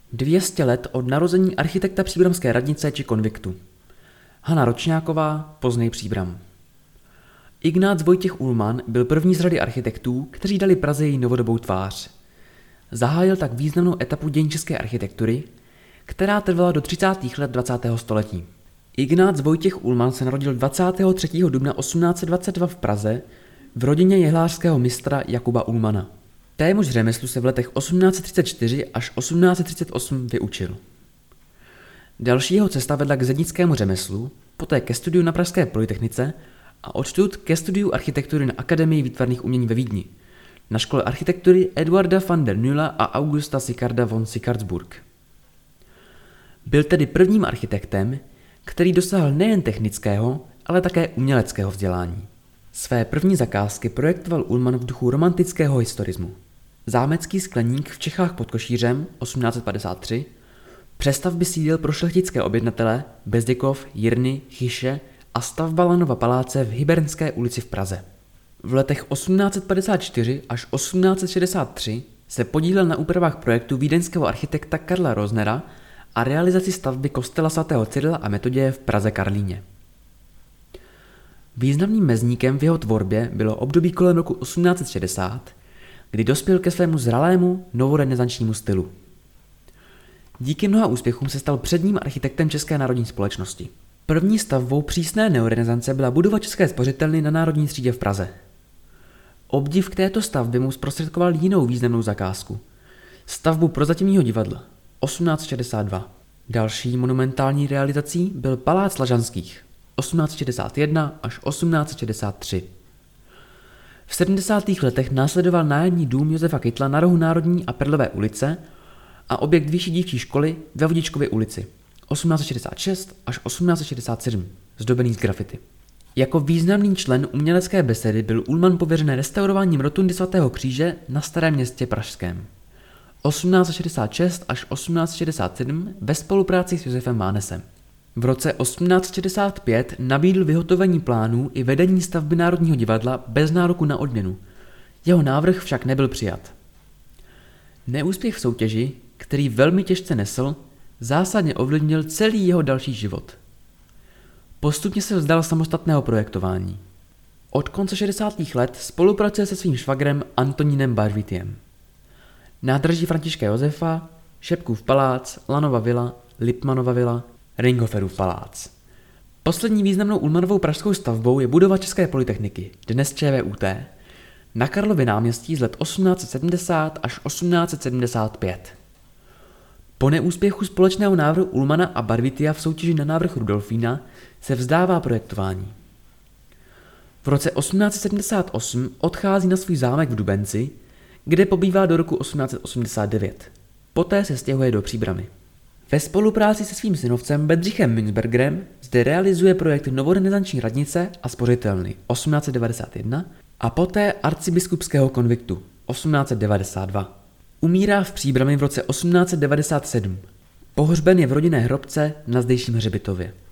200 let od narození architekta příbramské radnice či konviktu. Hana Ročňáková, Poznej Příbram. Ignác Vojtěch Ullmann byl první z řady architektů, kteří dali Praze její novodobou tvář. Zahájil tak významnou etapu dějin české architektury, která trvala do 30. let 20. století. Ignác Vojtěch Ullmann se narodil 23. dubna 1822 v Praze v rodině jehlářského mistra Jakuba Ullmanna. Témuž řemeslu se v letech 1834 až 1838 vyučil. Další jeho cesta vedla k zednickému řemeslu, poté ke studiu na Pražské polytechnice a odtud ke studiu architektury na Akademii výtvarných umění ve Vídni, na škole architektury Eduarda van der Nula a Augusta Sicarda von Sicardsburg. Byl tedy prvním architektem, který dosáhl nejen technického, ale také uměleckého vzdělání. Své první zakázky projektoval Ullmann v duchu romantického historismu. Zámecký skleník v Čechách pod Košířem 1853, přestavby sídel pro šlechtické objednatele Bezděkov, Jirny, Chyše a stavba Lanova paláce v Hybernské ulici v Praze. V letech 1854 až 1863 se podílel na úpravách projektu vídeňského architekta Karla Roznera a realizaci stavby kostela svatého Cyrila a Metoděje v Praze Karlíně. Významným mezníkem v jeho tvorbě bylo období kolem roku 1860, kdy dospěl ke svému zralému novorenesančnímu stylu. Díky mnoha úspěchům se stal předním architektem České národní společnosti. První stavbou přísné neorenesance byla budova České spořitelny na Národní třídě v Praze. Obdiv k této stavbě mu zprostředkoval jinou významnou zakázku. Stavbu Prozatímního divadla 1862. Další monumentální realizací byl Palác Lažanských 1861 až 1863. V 70. letech následoval nájemní dům Josefa Kytla na rohu Národní a Perlové ulice a objekt vyšší dívčí školy ve Vodičkově ulici 1866 až 1867, zdobený z grafity. Jako významný člen umělecké besedy byl Ullmann pověřen restaurováním rotundy svatého Kříže na Starém Městě pražském 1866 až 1867 ve spolupráci s Josefem Mánesem. V roce 1865 nabídl vyhotovení plánů i vedení stavby Národního divadla bez nároku na odměnu. Jeho návrh však nebyl přijat. Neúspěch v soutěži, který velmi těžce nesl, zásadně ovlivnil celý jeho další život. Postupně se vzdal samostatného projektování. Od konce 60. let spolupracuje se svým švagrem Antonínem Barvitiem. Nádraží Františka Josefa, Šepkův palác, Lanova vila, Lippmannova vila, Ringhoferův palác. Poslední významnou Ullmannovou pražskou stavbou je budova České polytechniky, dnes ČVUT, na Karlově náměstí z let 1870 až 1875. Po neúspěchu společného návrhu Ullmanna a Barvitia v soutěži na návrh Rudolfína se vzdává projektování. V roce 1878 odchází na svůj zámek v Dubenci, kde pobývá do roku 1889. Poté se stěhuje do Příbrami. Ve spolupráci se svým synovcem Bedřichem Münzbergerem zde realizuje projekt novorenesanční radnice a spořitelny 1891 a poté arcibiskupského konviktu 1892. Umírá v Příbrami v roce 1897. Pohřben je v rodinné hrobce na zdejším hřbitově.